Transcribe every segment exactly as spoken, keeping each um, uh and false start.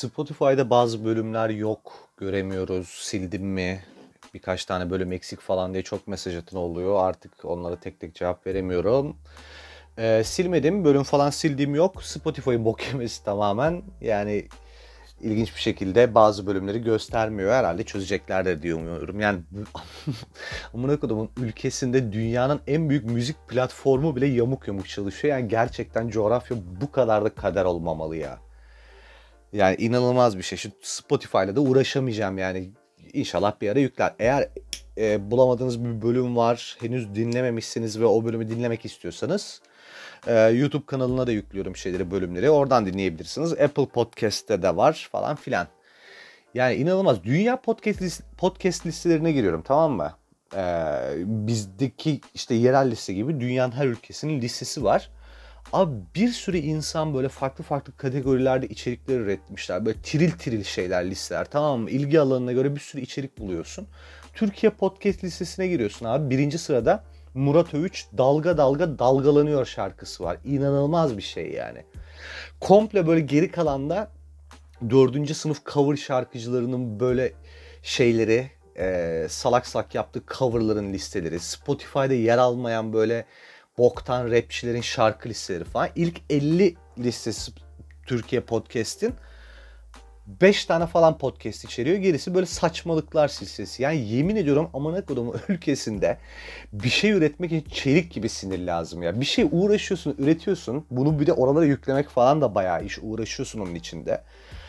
Spotify'da bazı bölümler yok, göremiyoruz, sildim mi? Birkaç tane bölüm eksik falan diye çok mesaj atan oluyor. Artık onlara tek tek cevap veremiyorum. Ee, silmedim, bölüm falan sildiğim yok. Spotify'ın bok yemesi tamamen. Yani ilginç bir şekilde bazı bölümleri göstermiyor. Herhalde çözeceklerdir diye umuyorum. Yani amına kodumun ülkesinde dünyanın en büyük müzik platformu bile yamuk yamuk çalışıyor. Yani gerçekten coğrafya bu kadar da kader olmamalı ya. Yani inanılmaz bir şey. Şu Spotify'la da uğraşamayacağım yani. İnşallah bir ara yükler. Eğer e, bulamadığınız bir bölüm var, henüz dinlememişsiniz ve o bölümü dinlemek istiyorsanız e, YouTube kanalına da yüklüyorum şeyleri, bölümleri. Oradan dinleyebilirsiniz. Apple Podcast'te de var falan filan. Yani inanılmaz. Dünya podcast, list- podcast listelerine giriyorum, tamam mı? Ee, bizdeki işte yerel liste gibi dünyanın her ülkesinin listesi var. Abi bir sürü insan böyle farklı farklı kategorilerde içerikler üretmişler. Böyle tiril tiril şeyler, listeler, tamam mı? İlgi alanına göre bir sürü içerik buluyorsun. Türkiye podcast listesine giriyorsun abi. Birinci sırada Murat Övüç Dalga Dalga Dalgalanıyor şarkısı var. İnanılmaz bir şey yani. Komple böyle geri kalanda dördüncü sınıf cover şarkıcılarının böyle şeyleri, e, salak salak yaptığı coverların listeleri, Spotify'da yer almayan böyle boktan rapçilerin şarkı listeleri falan. İlk elli listesi Türkiye Podcast'in beş tane falan podcast içeriyor. Gerisi böyle saçmalıklar silsilesi. Yani yemin ediyorum amına kodumun ülkesinde bir şey üretmek için çelik gibi sinir lazım ya. Bir şey uğraşıyorsun, üretiyorsun. Bunu bir de oralara yüklemek falan da bayağı iş. Uğraşıyorsun onun içinde.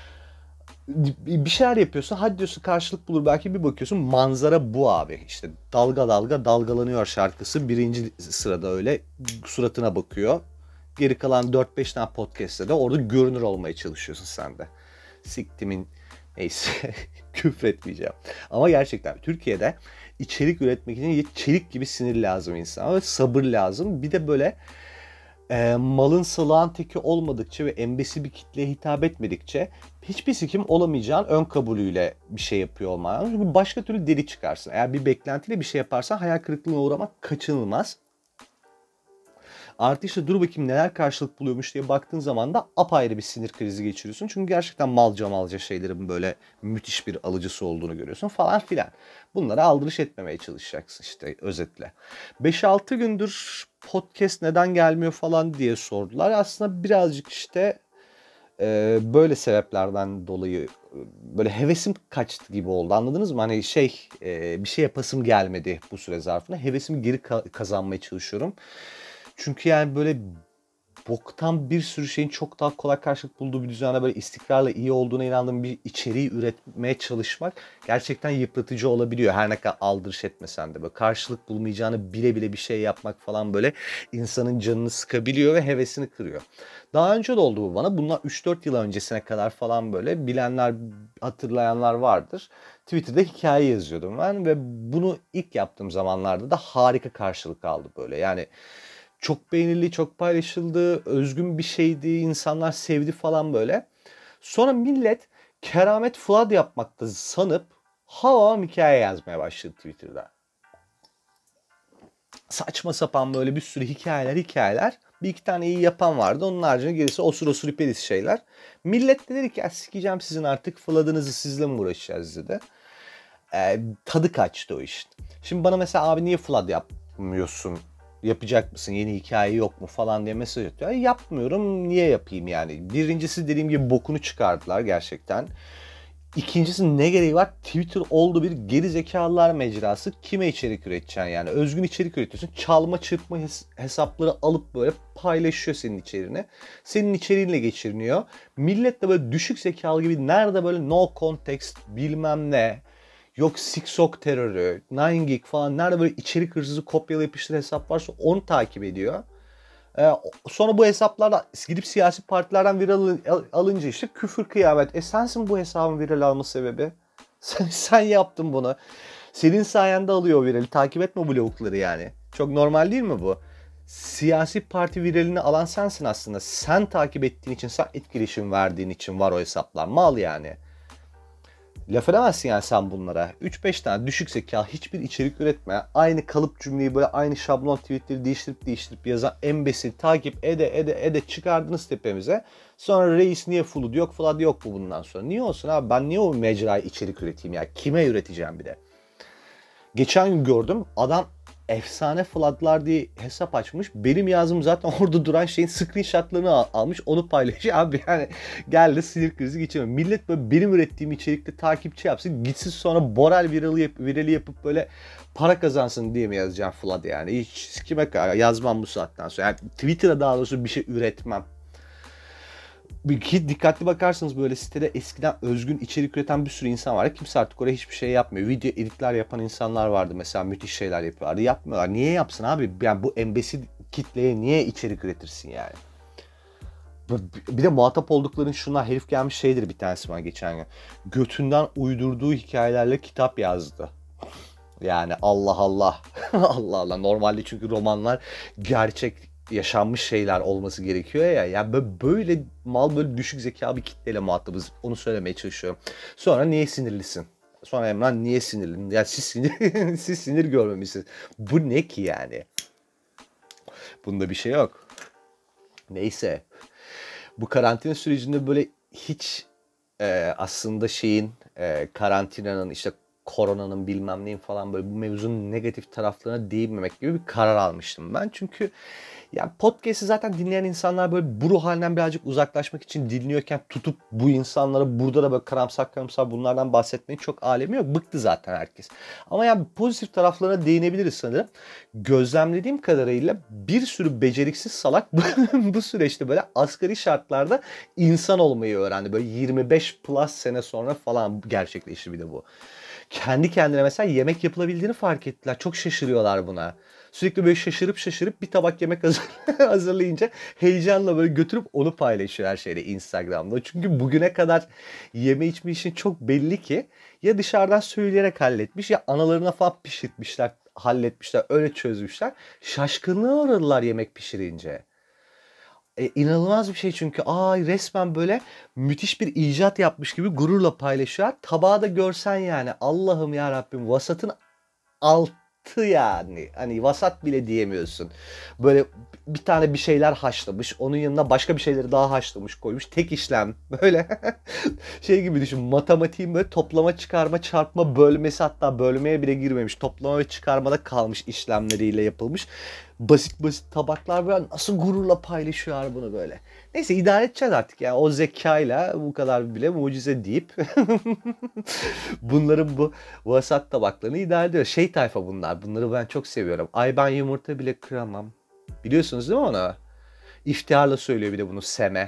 Bir şeyler yapıyorsun, hadi diyorsun karşılık bulur belki, bir bakıyorsun manzara bu abi. İşte dalga dalga dalgalanıyor şarkısı birinci sırada, öyle suratına bakıyor. Geri kalan dört beş tane podcast'te de orada görünür olmaya çalışıyorsun sen de. Siktimin neyse küfretmeyeceğim. Ama gerçekten Türkiye'de içerik üretmek için çelik gibi sinir lazım insana ve sabır lazım. Bir de böyle e, malın salağın teki olmadıkça ve embesi bir kitleye hitap etmedikçe hiçbir sikim olamayacağın ön kabulüyle bir şey yapıyor olman lazım. Çünkü başka türlü deli çıkarsın. Eğer bir beklentiyle bir şey yaparsan hayal kırıklığına uğramak kaçınılmaz. Artı işte dur bakayım neler karşılık buluyormuş diye baktığın zaman da apayrı bir sinir krizi geçiriyorsun. Çünkü gerçekten malca malca şeylerin böyle müthiş bir alıcısı olduğunu görüyorsun falan filan. Bunlara aldırış etmemeye çalışacaksın işte özetle. beş altı gündür podcast neden gelmiyor falan diye sordular. Aslında birazcık işte e, böyle sebeplerden dolayı e, böyle hevesim kaçtı gibi oldu, anladınız mı? Hani şey e, bir şey yapasım gelmedi bu süre zarfında. Hevesimi geri ka- kazanmaya çalışıyorum. Çünkü yani böyle boktan bir sürü şeyin çok daha kolay karşılık bulduğu bir düzende böyle istikrarla iyi olduğuna inandığım bir içeriği üretmeye çalışmak gerçekten yıpratıcı olabiliyor. Her ne kadar aldırış etmesen de böyle karşılık bulmayacağını bile bile bir şey yapmak falan böyle insanın canını sıkabiliyor ve hevesini kırıyor. Daha önce de oldu bu bana. Bundan üç dört yıl öncesine kadar falan böyle bilenler, hatırlayanlar vardır. Twitter'da hikaye yazıyordum ben ve bunu ilk yaptığım zamanlarda da harika karşılık aldı böyle. Yani çok beğenildi, çok paylaşıldı, özgün bir şeydi, insanlar sevdi falan böyle. Sonra millet keramet flood yapmakta sanıp hava hikaye yazmaya başladı Twitter'da. Saçma sapan böyle bir sürü hikayeler hikayeler. Bir iki tane iyi yapan vardı. Onun haricinde gerisi osur osur iperiz şeyler. Millet de dedi ki ya sikeceğim sizin artık flood'ınızı, sizle mi uğraşacağız dedi. Ee, tadı kaçtı o işin. Şimdi bana mesela abi niye flood yapmıyorsun? Yapacak mısın? Yeni hikaye yok mu falan diye mesaj atıyor. E, yapmıyorum. Niye yapayım yani? Birincisi dediğim gibi bokunu çıkardılar gerçekten. İkincisi ne gereği var? Twitter oldu bir geri zekalılar mecrası. Kime içerik üreteceksin yani? Özgün içerik üretiyorsun. Çalma çırpma hesapları alıp böyle paylaşıyor senin içeriğini. Senin içeriğinle geçiriniyor. Millet de böyle düşük zekalı gibi nerede böyle no context bilmem ne. Yok Siksok terörü, nine gag falan nerede böyle içerik hırsızı kopyala yapıştır hesap varsa onu takip ediyor. Ee, sonra bu hesaplarla gidip siyasi partilerden viral alınca işte küfür kıyamet. E sensin bu hesabın viral alma sebebi. Sen, sen yaptın bunu. Senin sayende alıyor o virali. Takip etme bu lavukları yani. Çok normal değil mi bu? Siyasi parti viralini alan sensin aslında. Sen takip ettiğin için, sen etkileşim verdiğin için var o hesaplar. Mal yani. Laf edemezsin yani sen bunlara. üç beş tane düşük zeka hiçbir içerik üretme. Aynı kalıp cümleyi böyle aynı şablon tweetleri değiştirip değiştirip yazan embesil takip ede ede ede çıkardınız tepemize. Sonra reis niye Flood yok Flood yok bu bundan sonra. Niye olsun abi, ben niye o mecraya içerik üreteyim ya? Kime üreteceğim bir de? Geçen gün gördüm adam efsane Flood'lar diye hesap açmış. Benim yazdığım zaten orada duran şeyin screenshotlarını al- almış onu paylaşıyor. Abi yani geldi sinir krizi geçiriyor. Millet böyle benim ürettiğim içerikte takipçi yapsın. Gitsin sonra Boral virali, yap, virali yapıp böyle para kazansın diye mi yazacağım Flood yani. Hiç kime yazmam bu saatten sonra. Yani Twitter'a daha doğrusu bir şey üretmem. Ki dikkatli bakarsanız böyle sitede eskiden özgün içerik üreten bir sürü insan var. Kimse artık oraya hiçbir şey yapmıyor. Video editler yapan insanlar vardı mesela, müthiş şeyler yapıyorlardı. Yapmıyorlar. Niye yapsın abi? Yani bu embesil kitleye niye içerik üretirsin yani? Bir de muhatap oldukların şunlar, herif gelmiş şeydir bir tanesi bana geçen gün. Götünden uydurduğu hikayelerle kitap yazdı. Yani Allah Allah. Allah Allah. Normalde çünkü romanlar gerçek yaşanmış şeyler olması gerekiyor ya. Ya böyle mal, böyle düşük zeka bir kitleyle muhatabız. Onu söylemeye çalışıyorum. Sonra niye sinirlisin? Sonra Emran niye sinirlin? Ya siz sinir, siz sinir görmemişsiniz. Bu ne ki yani? Bunda bir şey yok. Neyse. Bu karantina sürecinde böyle hiç e, aslında şeyin e, karantinanın işte koronanın bilmem neyin falan böyle bu mevzunun negatif taraflarına değinmemek gibi bir karar almıştım ben. Çünkü ya podcast'i zaten dinleyen insanlar böyle bu ruh halinden birazcık uzaklaşmak için dinliyorken tutup bu insanlara burada da böyle karamsar karamsar bunlardan bahsetmenin çok alemi yok. Bıktı zaten herkes. Ama yani pozitif taraflarına değinebiliriz sanırım. Gözlemlediğim kadarıyla bir sürü beceriksiz salak bu süreçte böyle asgari şartlarda insan olmayı öğrendi. Böyle yirmi beş plus sene sonra falan gerçekleşti bir de bu. Kendi kendine mesela yemek yapılabildiğini fark ettiler. Çok şaşırıyorlar buna. Sürekli böyle şaşırıp şaşırıp bir tabak yemek hazır, hazırlayınca heyecanla böyle götürüp onu paylaşıyor her şeyde Instagram'da. Çünkü bugüne kadar yeme içme işin çok belli ki ya dışarıdan söyleyerek halletmiş ya analarına falan pişirtmişler, halletmişler, öyle çözmüşler. Şaşkınlığa uğradılar yemek pişirince. E, inanılmaz bir şey çünkü ay resmen böyle müthiş bir icat yapmış gibi gururla paylaşıyor. Tabağı da görsen yani Allah'ım ya Rabbim, vasatın altı yani. Hani vasat bile diyemiyorsun. Böyle bir tane bir şeyler haşlamış. Onun yanına başka bir şeyleri daha haşlamış koymuş. Tek işlem. Böyle şey gibi düşün. Matematiğin böyle toplama, çıkarma, çarpma, bölmesi, hatta bölmeye bile girmemiş. Toplama ve çıkarmada kalmış işlemleriyle yapılmış. Basit basit tabaklar böyle nasıl gururla paylaşıyorlar bunu böyle. Neyse idare edeceğiz artık yani o zekayla bu kadar bile mucize deyip bunların bu vasat tabaklarını idare ediyor. Şey tayfa bunlar. Bunları ben çok seviyorum. Ay ben yumurta bile kıramam. Biliyorsunuz değil mi onu? İftiharla söylüyor bir de bunu Seme.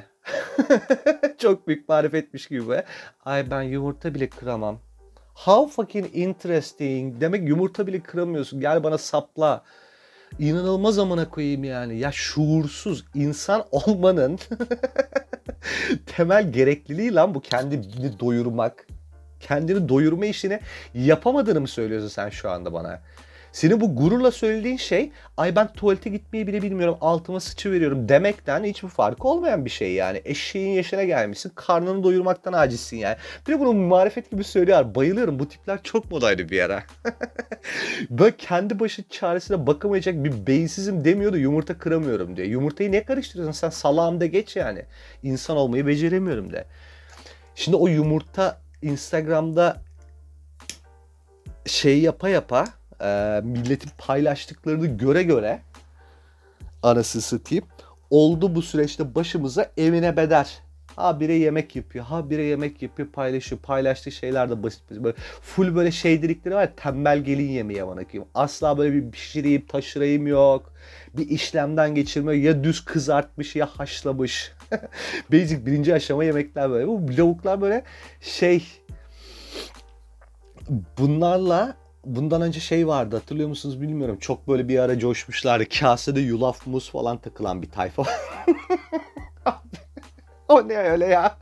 Çok büyük marifetmiş gibi böyle. Ay ben yumurta bile kıramam. How fucking interesting. Demek yumurta bile kıramıyorsun. Gel bana sapla. İnanılmaz amına koyayım yani. Ya şuursuz insan olmanın temel gerekliliği lan bu, kendini doyurmak. Kendini doyurma işini yapamadığını mı söylüyorsun sen şu anda bana? Senin bu gururla söylediğin şey, ay ben tuvalete gitmeyi bile bilmiyorum, altıma sıçıveriyorum demekten hiçbir farkı olmayan bir şey yani. Eşeğin yaşına gelmişsin, karnını doyurmaktan acizsin yani. Bir de bunu marifet gibi söylüyor. Bayılıyorum, bu tipler çok modaydı bir ara. Böyle kendi başı çaresine bakamayacak bir beyinsizim demiyor da yumurta kıramıyorum diye. Yumurtayı ne karıştırıyorsun sen, salağım da geç yani. İnsan olmayı beceremiyorum de. Şimdi o yumurta Instagram'da şey yapa yapa e, milletin paylaştıklarını göre göre anasını satayım oldu bu süreçte başımıza evine beder. Ha bire yemek yapıyor, ha bire yemek yapıyor, paylaşıyor. Paylaştığı şeyler de basit basit. Böyle full böyle şey dedikleri var ya, tembel gelin yemeği bana koyayım. Asla böyle bir pişireyim, taşırayım yok. Bir işlemden geçirme, ya düz kızartmış ya haşlamış. Basic birinci aşama yemekler böyle. Bu lavuklar böyle şey, bunlarla bundan önce şey vardı, hatırlıyor musunuz bilmiyorum. Çok böyle bir ara coşmuşlardı. Kasede yulaf muz falan takılan bir tayfa. O ne öyle ya?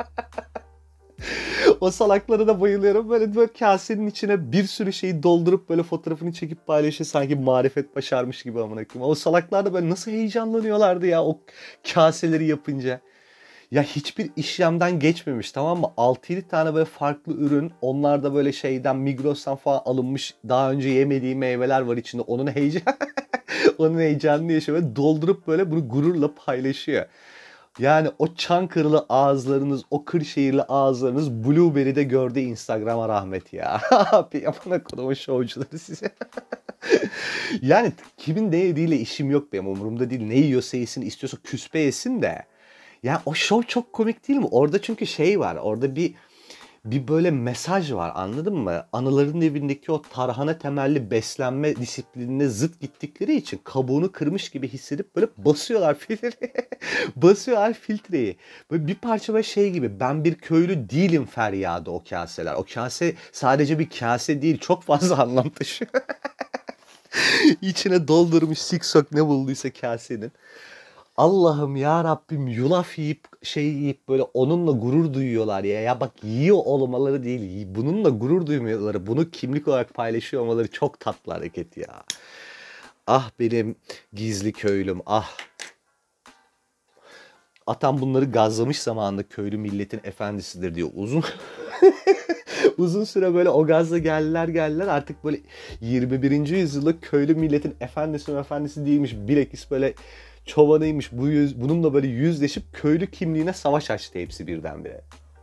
O salaklara da bayılıyorum. Böyle, böyle kasenin içine bir sürü şeyi doldurup böyle fotoğrafını çekip paylaşıyor. Sanki marifet başarmış gibi amına koyayım. O salaklar da böyle nasıl heyecanlanıyorlardı ya o kaseleri yapınca. Ya hiçbir işlemden geçmemiş, tamam mı? altı yedi tane böyle farklı ürün. Onlar da böyle şeyden, Migros'tan falan alınmış. Daha önce yemediği meyveler var içinde. Onun heyecan onun heyecanını yaşıyor. Böyle doldurup böyle bunu gururla paylaşıyor. Yani o Çankırılı ağızlarınız, o Kırşehirli ağızlarınız Blueberry'de gördü Instagram'a rahmet ya. Abi yapana kodumun şovcuları size. Yani kimin ne yediğiyle işim yok benim, umurumda değil. Ne yiyorsa yesin, istiyorsa küspe yesin de. Ya o şov çok komik değil mi? Orada çünkü şey var. Orada bir bir böyle mesaj var, anladın mı? Anıların evindeki o tarhana temelli beslenme disiplinine zıt gittikleri için kabuğunu kırmış gibi hissedip böyle basıyorlar filtreyi. Basıyorlar filtreyi. Böyle bir parça böyle şey gibi, ben bir köylü değilim feryadı o kaseler. O kase sadece bir kase değil, çok fazla anlam taşıyor. İçine doldurmuş siksok ne bulduysa kasenin. Allah'ım ya Rabbim, yulaf yiyip şey yiyip böyle onunla gurur duyuyorlar ya. Ya bak, yiyor olmaları değil, bununla gurur duymuyorları, bunu kimlik olarak paylaşıyor olmaları çok tatlı hareket ya. Ah benim gizli köylüm, ah. Atam bunları gazlamış zamanında, köylü milletin efendisidir diyor. Uzun uzun süre böyle o gazla geldiler geldiler, artık böyle yirmi birinci yüzyılda köylü milletin efendisi efendisi değilmiş. Bilakis böyle çobanıymış. Bu yüz, bununla böyle yüzleşip köylü kimliğine savaş açtı hepsi birdenbire.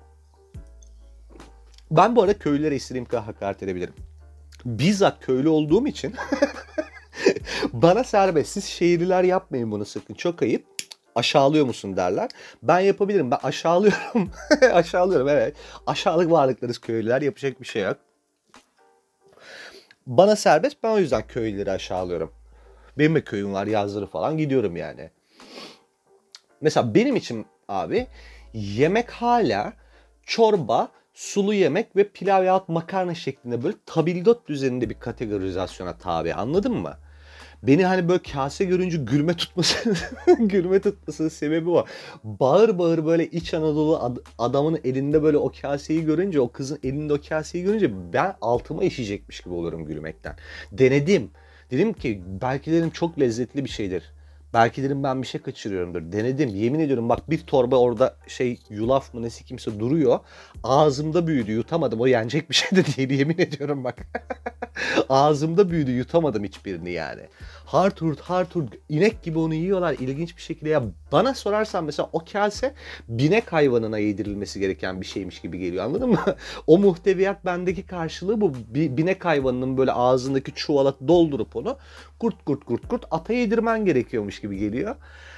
Ben bu arada köylülere istediğim kadar hakaret edebilirim. Bizzat köylü olduğum için bana serbest. Siz şehirliler yapmayın bunu sakın. Çok ayıp. Aşağılıyor musun derler. Ben yapabilirim. Ben aşağılıyorum. Aşağılıyorum, evet. Aşağılık varlıklarız köylüler. Yapacak bir şey yok. Bana serbest. Ben o yüzden köylüleri aşağılıyorum. Benim de köyüm var. Yazları falan gidiyorum yani. Mesela benim için abi yemek hala çorba, sulu yemek ve pilav yahut makarna şeklinde böyle tabildot düzeninde bir kategorizasyona tabi, anladın mı? Beni hani böyle kase görünce gülme tutması gülme tutmasının sebebi o. Bağır bağır böyle İç Anadolu ad- adamın elinde böyle o kaseyi görünce, o kızın elinde o kaseyi görünce ben altıma işeyecekmiş gibi olurum gülmekten. Denedim. Dedim ki belki dedim çok lezzetli bir şeydir. Belki dedim ben bir şey kaçırıyorumdur. Denedim. Yemin ediyorum bak, bir torba orada şey yulaf mı nesi kimse duruyor. Ağzımda büyüdü, yutamadım. O yenecek bir şey de değil, yemin ediyorum bak. Ağzımda büyüdü, yutamadım hiçbirini yani. Harturt harturt inek gibi onu yiyorlar ilginç bir şekilde. Ya bana sorarsan mesela o kase binek hayvanına yedirilmesi gereken bir şeymiş gibi geliyor, anladın mı? O muhteviyat bendeki karşılığı bu. Bir binek hayvanının böyle ağzındaki çuvala doldurup onu kurt kurt kurt kurt ata yedirmen gerekiyormuş gibi geliyor.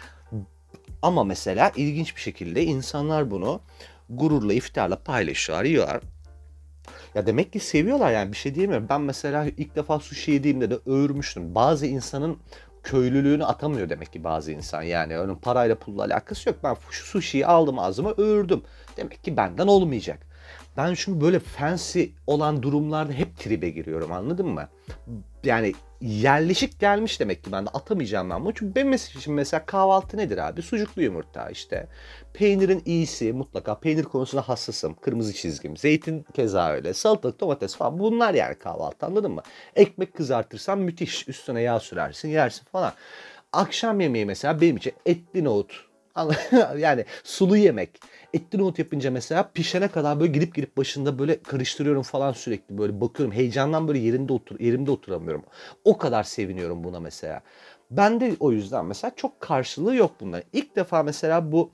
Ama mesela ilginç bir şekilde insanlar bunu gururla, iftiharla paylaşıyorlar, yiyorlar. Ya demek ki seviyorlar yani, bir şey diyemiyorum. Ben mesela ilk defa sushi yediğimde de övürmüştüm. Bazı insanın köylülüğünü atamıyor demek ki bazı insan. Yani onun parayla pulla alakası yok. Ben şu sushi'yi aldım ağzıma övürdüm. Demek ki benden olmayacak. Ben çünkü böyle fancy olan durumlarda hep tribe giriyorum, anladın mı? Yani yerleşik gelmiş demek ki, ben de atamayacağım ben bunu. Çünkü benim için mesela kahvaltı nedir abi? Sucuklu yumurta işte. Peynirin iyisi mutlaka. Peynir konusunda hassasım. Kırmızı çizgim. Zeytin keza öyle. Salatalık, domates falan. Bunlar yani kahvaltı, anladın mı? Ekmek kızartırsan müthiş. Üstüne yağ sürersin, yersin falan. Akşam yemeği mesela benim için etli nohut. Yani sulu yemek. Etli nohut yapınca mesela pişene kadar böyle gidip gidip başında böyle karıştırıyorum falan, sürekli böyle bakıyorum. Heyecandan böyle yerinde otur yerimde oturamıyorum. O kadar seviniyorum buna mesela. Ben de o yüzden mesela çok karşılığı yok bunların. İlk defa mesela bu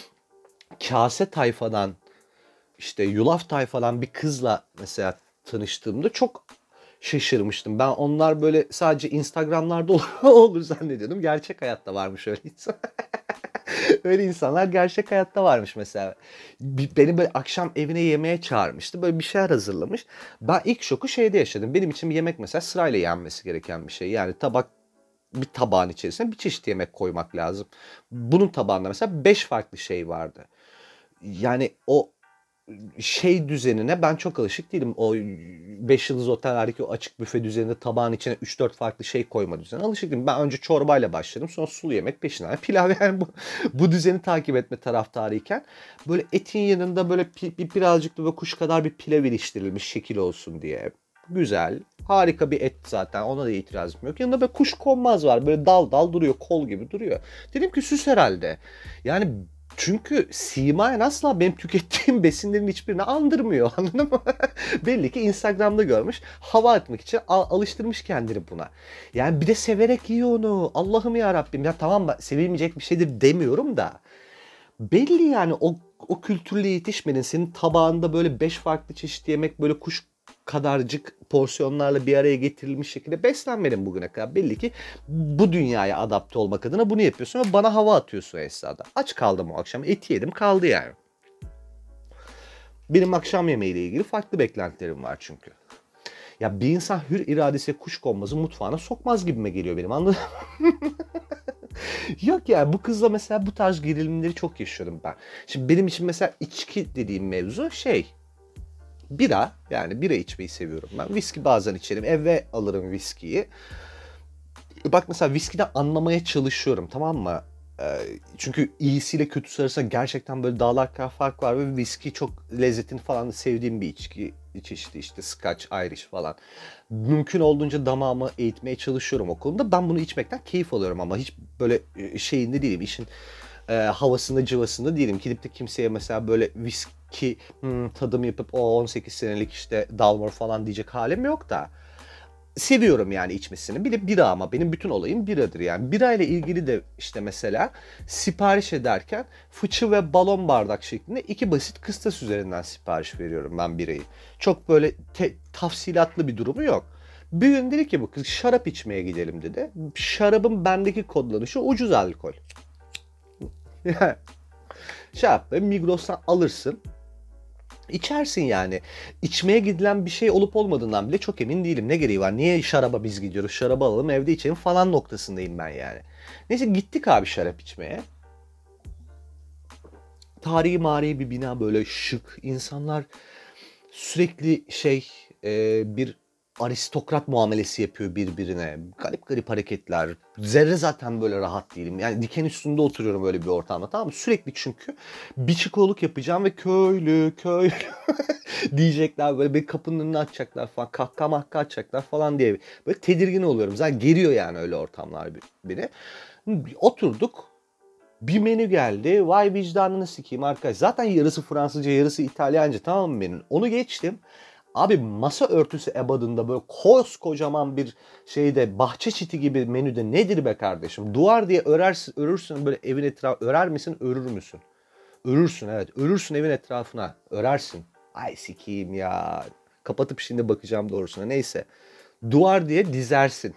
kase tayfadan, işte yulaf tayfadan bir kızla mesela tanıştığımda çok şaşırmıştım. Ben onlar böyle sadece Instagram'larda olur, olur zannediyordum. Gerçek hayatta varmış öyle insan. Öyle insanlar gerçek hayatta varmış mesela. Beni böyle akşam evine yemeğe çağırmıştı. Böyle bir şeyler hazırlamış. Ben ilk şoku şeyde yaşadım. Benim için bir yemek mesela sırayla yenmesi gereken bir şey. Yani tabak, bir tabağın içerisine bir çeşit yemek koymak lazım. Bunun tabağında mesela beş farklı şey vardı. Yani o şey düzenine ben çok alışık değilim. O beş yıldız otellerdeki o açık büfe düzeninde tabağın içine üç dört farklı şey koyma düzenine alışık değilim. Ben önce çorbayla başladım. Sonra sulu yemek, peşinden pilav, yani bu, bu düzeni takip etme taraftarıyken böyle etin yanında böyle bir, bir birazcık da böyle kuş kadar bir pilav iliştirilmiş şekil olsun diye. Güzel. Harika bir et zaten. Ona da itirazım yok. Yanında böyle kuş konmaz var. Böyle dal dal duruyor. Kol gibi duruyor. Dedim ki süs herhalde. Yani Çünkü simayen asla benim tükettiğim besinlerin hiçbirini andırmıyor, anladın mı? Belli ki Instagram'da görmüş, hava atmak için al- alıştırmış kendini buna. Yani bir de severek yiyor onu. Allah'ım ya Rabbim. Ya tamam, ben sevilmeyecek bir şeydir demiyorum da. Belli yani, o o kültürle yetişmedin. Senin tabağında böyle beş farklı çeşit yemek böyle kuş kadarcık porsiyonlarla bir araya getirilmiş şekilde beslenmedin bugüne kadar. Belli ki bu dünyaya adapte olmak adına bunu yapıyorsun ve bana hava atıyorsun o esnada. Aç kaldım o akşam. Et yedim kaldı yani. Benim akşam yemeğiyle ilgili farklı beklentilerim var çünkü. Ya bir insan hür iradesiyle kuşkonmazı mutfağına sokmaz gibime geliyor benim, anladın mı? Yok yani, bu kızla mesela bu tarz gerilimleri çok yaşıyorum ben. Şimdi benim için mesela içki dediğim mevzu şey, bira. Yani bira içmeyi seviyorum ben. Viski bazen içerim. Eve alırım viskiyi. Bak mesela viskiden anlamaya çalışıyorum, tamam mı? Ee, çünkü iyisiyle kötüsü arasında gerçekten böyle dağlar kadar fark var ve viski çok lezzetini falan da sevdiğim bir içki çeşidi, işte Scotch, Irish falan. Mümkün olduğunca damağımı eğitmeye çalışıyorum o konuda. Ben bunu içmekten keyif alıyorum ama hiç böyle e, şeyinde değilim. İşin e, havasında cıvasında değilim. Gidip de kimseye mesela böyle viski hmm, tadımı yapıp o on sekiz senelik işte Dalmor falan diyecek halim yok da. Seviyorum yani içmesini. Bir de bira, ama benim bütün olayım biradır yani. Bira ile ilgili de işte mesela sipariş ederken fıçı ve balon bardak şeklinde iki basit kıstas üzerinden sipariş veriyorum ben birayı. Çok böyle te- tafsilatlı bir durumu yok. Bir gün dedi ki bu kız, şarap içmeye gidelim dedi. Şarabın bendeki kodlanışı ucuz alkol. Şarapları Migros'tan alırsın. İçersin yani. İçmeye gidilen bir şey olup olmadığından bile çok emin değilim. Ne gereği var? Niye şaraba biz gidiyoruz? Şarabı alalım evde içelim falan noktasındayım ben yani. Neyse gittik abi şarap içmeye. Tarihi mari bir bina, böyle şık. İnsanlar sürekli şey e, bir aristokrat muamelesi yapıyor birbirine. Garip garip hareketler. Zerre zaten böyle rahat değilim. Yani diken üstünde oturuyorum böyle bir ortamda, tamam mı? Sürekli çünkü biçikolluk yapacağım ve köylü köylü diyecekler, böyle bir kapının önüne açacaklar falan, kahkaha mahkaha açacaklar falan diye böyle tedirgin oluyorum. Zaten geriyor yani öyle ortamlar beni. Oturduk. Bir menü geldi. Vay vicdanını sikeyim arkadaş. Zaten yarısı Fransızca, yarısı İtalyanca, tamam mı menü? Onu geçtim. Abi masa örtüsü ebadında böyle koskocaman bir şeyde, bahçe çiti gibi menüde nedir be kardeşim? Duvar diye örersin, örürsün böyle evin etrafı. Örer misin, örür müsün? Örürsün, evet. Örürsün evin etrafına. Örersin. Ay sikiyim ya. Kapatıp şimdi bakacağım doğrusuna. Neyse. Duvar diye dizersin.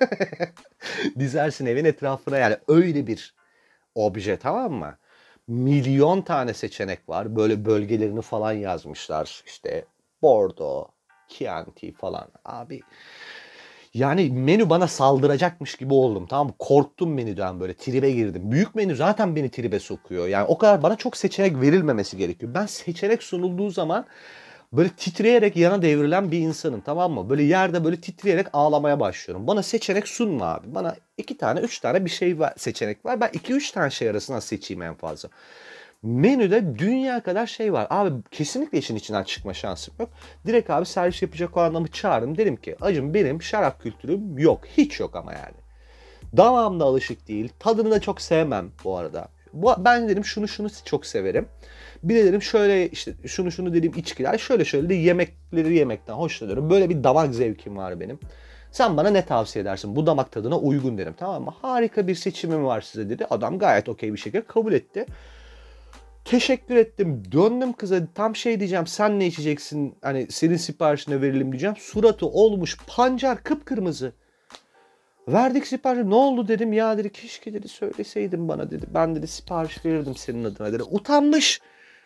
Dizersin evin etrafına, yani öyle bir obje, tamam mı? Milyon tane seçenek var. Böyle bölgelerini falan yazmışlar. İşte Bordeaux, Chianti falan. Abi yani menü bana saldıracakmış gibi oldum, tamam mı? Korktum menüden, böyle tribe girdim. Büyük menü zaten beni tribe sokuyor. Yani o kadar bana çok seçenek verilmemesi gerekiyor. Ben seçenek sunulduğu zaman böyle titreyerek yana devrilen bir insanım, tamam mı? Böyle yerde böyle titreyerek ağlamaya başlıyorum. Bana seçenek sunma abi. Bana iki tane üç tane bir şey var, seçenek var. Ben iki üç tane şey arasından seçeyim en fazla. Menüde dünya kadar şey var. Abi kesinlikle işin içinden çıkma şansım yok. Direkt abi servis yapacak o adamı çağırdım. Dedim ki acım, benim şarap kültürüm yok. Hiç yok ama yani. Damağım da alışık değil. Tadını da çok sevmem bu arada. Bu, ben dedim şunu şunu çok severim. Bir de dedim şöyle işte şunu şunu dedim içkiler. Şöyle şöyle de yemekleri yemekten hoşlanıyorum. Böyle bir damak zevkim var benim. Sen bana ne tavsiye edersin? Bu damak tadına uygun dedim, tamam mı? Harika bir seçimim var size dedi. Adam gayet okey bir şekilde kabul etti. Teşekkür ettim. Döndüm kıza, tam şey diyeceğim, sen ne içeceksin? Hani senin siparişine verelim diyeceğim. Suratı olmuş pancar, kıpkırmızı. Verdik siparişi. Ne oldu dedim. Ya dedi, keşke dedi söyleseydin bana dedi. Ben dedi sipariş verirdim senin adına dedi. Utanmış.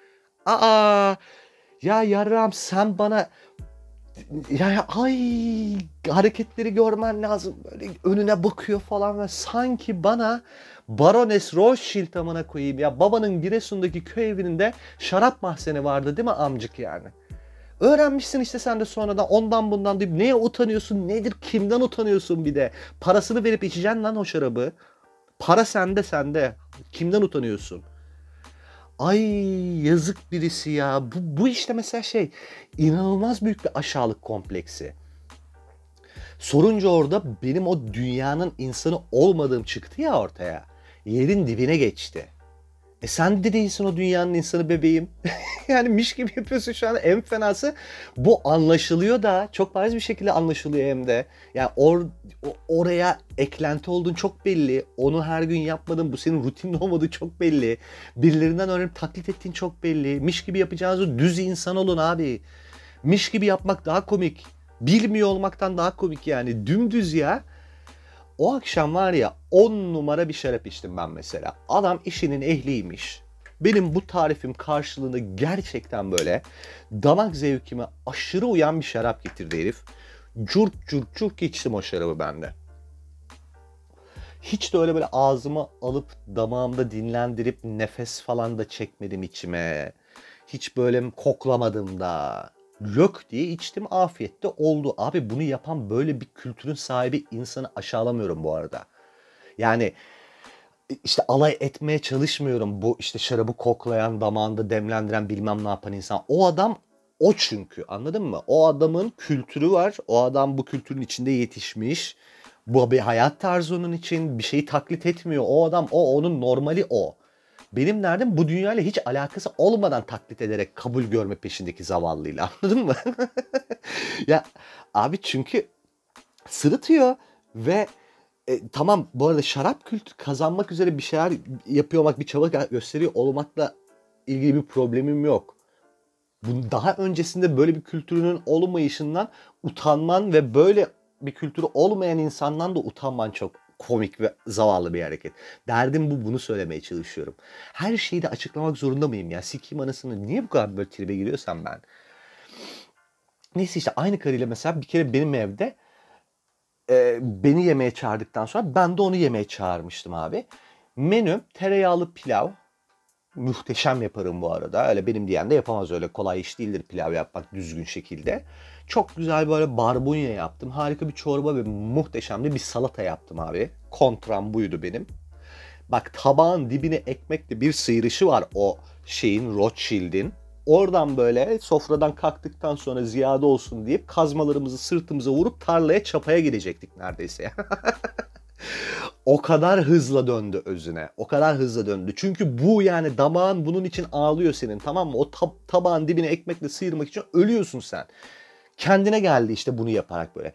Aa, ya yarram sen bana, ya, ya ay, hareketleri görmen lazım. Böyle önüne bakıyor falan ve sanki bana Barones Rothschild amına koyayım ya. Babanın Giresun'daki köy evinde şarap mahzeni vardı değil mi amcık yani? Öğrenmişsin işte sen de sonradan, ondan bundan deyip neye utanıyorsun, nedir, kimden utanıyorsun bir de? Parasını verip içeceksin lan o şarabı. Para sende sende. Kimden utanıyorsun? Ay yazık birisi ya. Bu, bu işte mesela şey, inanılmaz büyük bir aşağılık kompleksi. Sorunca orada benim o dünyanın insanı olmadığım çıktı ya ortaya. Yerin dibine geçti. E sen de değilsin o dünyanın insanı bebeğim. Yani miş gibi yapıyorsun şu an. En fenası bu anlaşılıyor da çok bariz bir şekilde anlaşılıyor hem de. Yani or, oraya eklenti olduğun çok belli. Onu her gün yapmadın. Bu senin rutinin olmadığı çok belli. Birilerinden öğrenip taklit ettiğin çok belli. Miş gibi yapacağınızı düz insan olun abi. Miş gibi yapmak daha komik. Bilmiyor olmaktan daha komik yani. Dümdüz ya. O akşam var ya on numara bir şarap içtim ben mesela. Adam işinin ehliymiş. Benim bu tarifim karşılığında gerçekten böyle damak zevkime aşırı uyan bir şarap getirdi herif. Curt curt curt içtim o şarabı bende. Hiç de öyle böyle ağzıma alıp damağımda dinlendirip nefes falan da çekmedim içime. Hiç böyle koklamadım da. Lök diye içtim, afiyette oldu. Abi bunu yapan böyle bir kültürün sahibi insanı aşağılamıyorum bu arada. Yani işte alay etmeye çalışmıyorum bu işte şarabı koklayan, damağında demlendiren bilmem ne yapan insan. O adam o çünkü, anladın mı? O adamın kültürü var. O adam bu kültürün içinde yetişmiş. Bu bir hayat tarzı onun için. Bir şeyi taklit etmiyor. O adam o, onun normali o. Benim derdim bu dünyayla hiç alakası olmadan taklit ederek kabul görme peşindeki zavallıyla, anladın mı? Ya abi çünkü sırıtıyor ve e, tamam, bu arada şarap kültürü kazanmak üzere bir şeyler yapıyor olmak, bir çaba gösteriyor olmakla ilgili bir problemim yok. Bunun daha öncesinde böyle bir kültürünün olmayışından utanman ve böyle bir kültürü olmayan insandan da utanman çok komik ve zavallı bir hareket. Derdim bu, bunu söylemeye çalışıyorum. Her şeyi de açıklamak zorunda mıyım ya? Sikeyim anasını. Niye bu kadar böyle tribe giriyorsam ben? Neyse işte aynı karıyla mesela bir kere benim evde e, beni yemeğe çağırdıktan sonra ben de onu yemeğe çağırmıştım abi. Menü tereyağlı pilav. Muhteşem yaparım bu arada. Öyle benim diyen de yapamaz, öyle kolay iş değildir pilav yapmak düzgün şekilde. Çok güzel böyle barbunya yaptım. Harika bir çorba ve muhteşem de bir salata yaptım abi. Kontram buydu benim. Bak tabağın dibine ekmekle bir sıyırışı var o şeyin, Rothschild'in. Oradan böyle sofradan kalktıktan sonra ziyade olsun deyip kazmalarımızı sırtımıza vurup tarlaya çapaya gidecektik neredeyse. O kadar hızla döndü özüne. O kadar hızla döndü. Çünkü bu yani damağın bunun için ağlıyor senin, tamam mı? O tab- tabağın dibine ekmekle sıyırmak için ölüyorsun sen. Kendine geldi işte bunu yaparak böyle.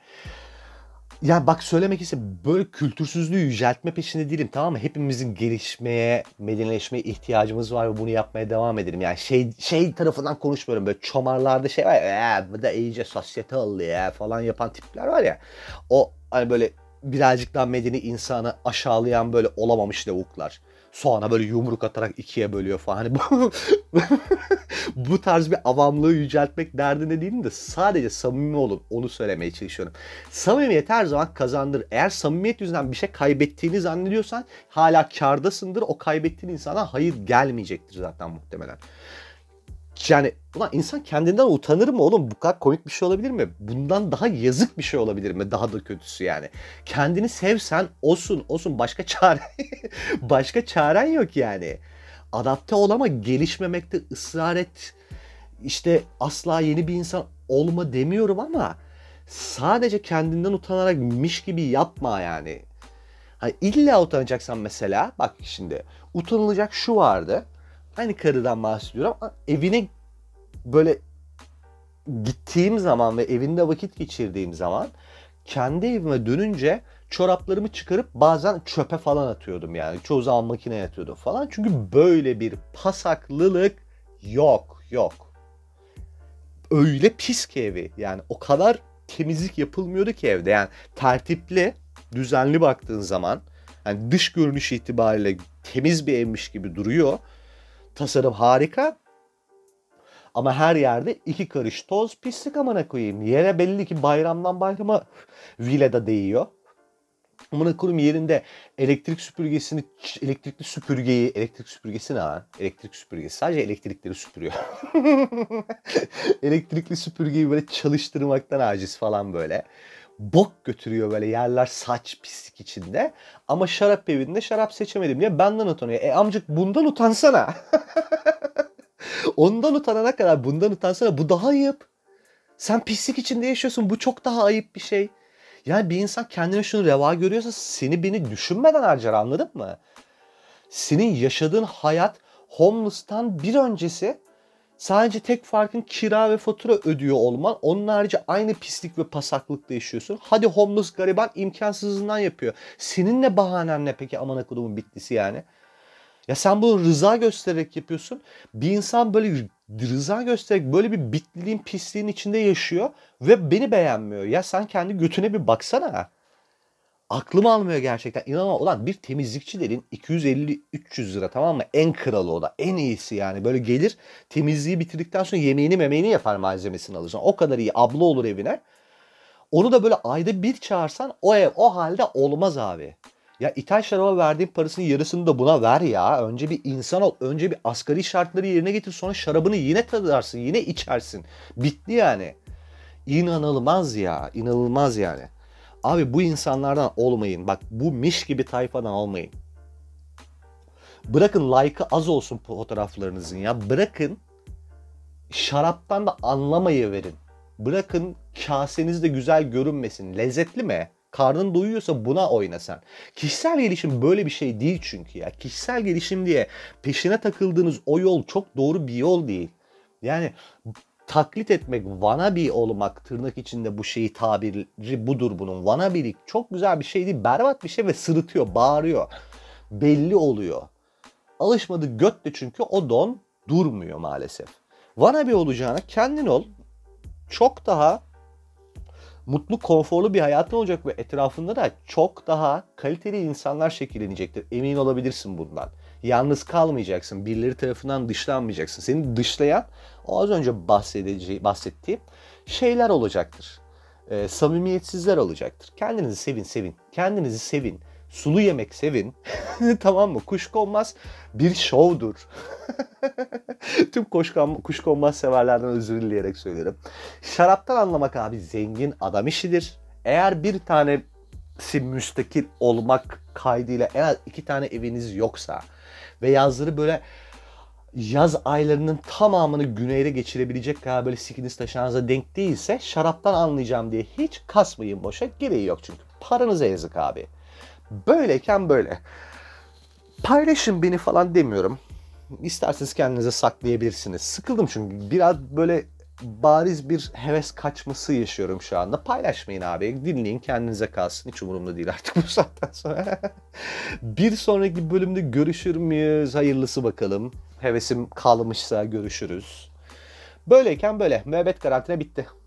Ya bak söylemek ise böyle kültürsüzlüğü yüceltme peşinde değilim, tamam mı? Hepimizin gelişmeye, medenileşmeye ihtiyacımız var ve bunu yapmaya devam edelim. Yani şey şey tarafından konuşmuyorum, böyle çomarlarda şey var ya, bu da iyice sosyete oldu ya falan yapan tipler var ya. O hani böyle birazcık daha medeni insanı aşağılayan böyle olamamış lavuklar. Soğana böyle yumruk atarak ikiye bölüyor falan. Hani bu, bu tarz bir avamlığı yüceltmek derdine değilim de sadece samimi olun, onu söylemeye çalışıyorum. Samimiyet her zaman kazandırır. Eğer samimiyet yüzünden bir şey kaybettiğini zannediyorsan hala kârdasındır. O kaybettiğin insana hayır gelmeyecektir zaten muhtemelen. Yani ulan insan kendinden utanır mı oğlum? Bu kadar komik bir şey olabilir mi? Bundan daha yazık bir şey olabilir mi? Daha da kötüsü yani. Kendini sevsen olsun olsun, başka çare başka çaren yok yani. Adapte ol ama gelişmemekte ısrar et. İşte asla yeni bir insan olma demiyorum ama sadece kendinden utanarak miş gibi yapma yani. Hani illa utanacaksan mesela bak şimdi utanılacak şu vardı. Aynı karıdan bahsediyorum ama evine böyle gittiğim zaman ve evinde vakit geçirdiğim zaman kendi evime dönünce çoraplarımı çıkarıp bazen çöpe falan atıyordum yani. Çoğu zaman makineye atıyordum falan. Çünkü böyle bir pasaklılık yok, yok. Öyle pis ki evi. Yani o kadar temizlik yapılmıyordu ki evde. Yani tertipli, düzenli baktığın zaman yani dış görünüş itibariyle temiz bir evmiş gibi duruyor. Tasarım harika. Ama her yerde iki karış toz, pislik amına koyayım. Yere belli ki bayramdan bayrama vileda değiyor. Amına koyayım yerinde elektrik süpürgesini, elektrikli süpürgeyi, elektrik süpürgesi ne lan? Elektrik süpürgesi sadece elektrikleri süpürüyor. Elektrikli süpürgeyi böyle çalıştırmaktan aciz falan böyle. Bok götürüyor böyle, yerler saç pislik içinde. Ama şarap evinde şarap seçemedim diye benden utanıyor. E amcık bundan utansana. Ondan utanana kadar bundan utansana, bu daha ayıp. Sen pislik içinde yaşıyorsun, bu çok daha ayıp bir şey. Yani bir insan kendine şunu reva görüyorsa seni beni düşünmeden harcar, anladın mı? Senin yaşadığın hayat homeless'tan bir öncesi sadece tek farkın kira ve fatura ödüyor olman. Onun harici aynı pislik ve pasaklıkta yaşıyorsun. Hadi homeless gariban imkansızından yapıyor. Senin ne bahanen ne peki amına kodumun bitlisi yani? Ya sen bunu rıza göstererek yapıyorsun. Bir insan böyle rıza göstererek böyle bir bitliliğin pisliğin içinde yaşıyor ve beni beğenmiyor. Ya sen kendi götüne bir baksana. Aklım almıyor gerçekten. İnanamam. Ulan bir temizlikçi dedin iki yüz elli üç yüz lira, tamam mı? En kralı o da. En iyisi yani. Böyle gelir temizliği bitirdikten sonra yemeğini memeğini yapar, malzemesini alacaksın. O kadar iyi. Abla olur evine. Onu da böyle ayda bir çağırsan o ev o halde olmaz abi. Ya ithal şaraba verdiğin parasının yarısını da buna ver ya. Önce bir insan ol. Önce bir asgari şartları yerine getir. Sonra şarabını yine tadarsın. Yine içersin. Bitti yani. İnanılmaz ya. İnanılmaz yani. Abi bu insanlardan olmayın. Bak bu miş gibi tayfadan olmayın. Bırakın like'ı az olsun fotoğraflarınızın ya. Bırakın şaraptan da anlamayı verin. Bırakın kaseniz de güzel görünmesin. Lezzetli mi? Karnın doyuyorsa buna oyna sen. Kişisel gelişim böyle bir şey değil çünkü ya. Kişisel gelişim diye peşine takıldığınız o yol çok doğru bir yol değil. Yani taklit etmek, wannabe olmak, tırnak içinde bu şeyi tabiri budur bunun. Wannabe'lik çok güzel bir şey değil. Berbat bir şey ve sırıtıyor, bağırıyor. Belli oluyor. Alışmadı göt de çünkü o don durmuyor maalesef. Wannabe olacağına kendin ol. Çok daha mutlu, konforlu bir hayatın olacak ve etrafında da çok daha kaliteli insanlar şekillenecektir. Emin olabilirsin bundan. Yalnız kalmayacaksın. Birileri tarafından dışlanmayacaksın. Seni dışlayan o az önce bahsedeceği, bahsettiğim şeyler olacaktır. Ee, samimiyetsizler olacaktır. Kendinizi sevin, sevin. Kendinizi sevin. Sulu yemek sevin. Tamam mı? Kuşkonmaz bir şovdur. Tüm kuşkon, kuşkonmaz severlerden özür dileyerek söylerim. Şaraptan anlamak abi zengin adam işidir. Eğer bir tanesi müstakil olmak kaydıyla en az iki tane eviniz yoksa ve yazları böyle yaz aylarının tamamını güneyde geçirebilecek kadar böyle sikiniz taşağınıza denk değilse şaraptan anlayacağım diye hiç kasmayın boşa. Gereği yok çünkü. Paranıza yazık abi. Böyleyken böyle. Paylaşın beni falan demiyorum. İsterseniz kendinize saklayabilirsiniz. Sıkıldım çünkü biraz böyle bariz bir heves kaçması yaşıyorum şu anda. Paylaşmayın abi. Dinleyin, kendinize kalsın. Hiç umurumda değil artık bu saatten sonra. Bir sonraki bölümde görüşür müyüz? Hayırlısı bakalım. Hevesim kalmışsa görüşürüz. Böyleyken böyle. Müebbet karantina bitti.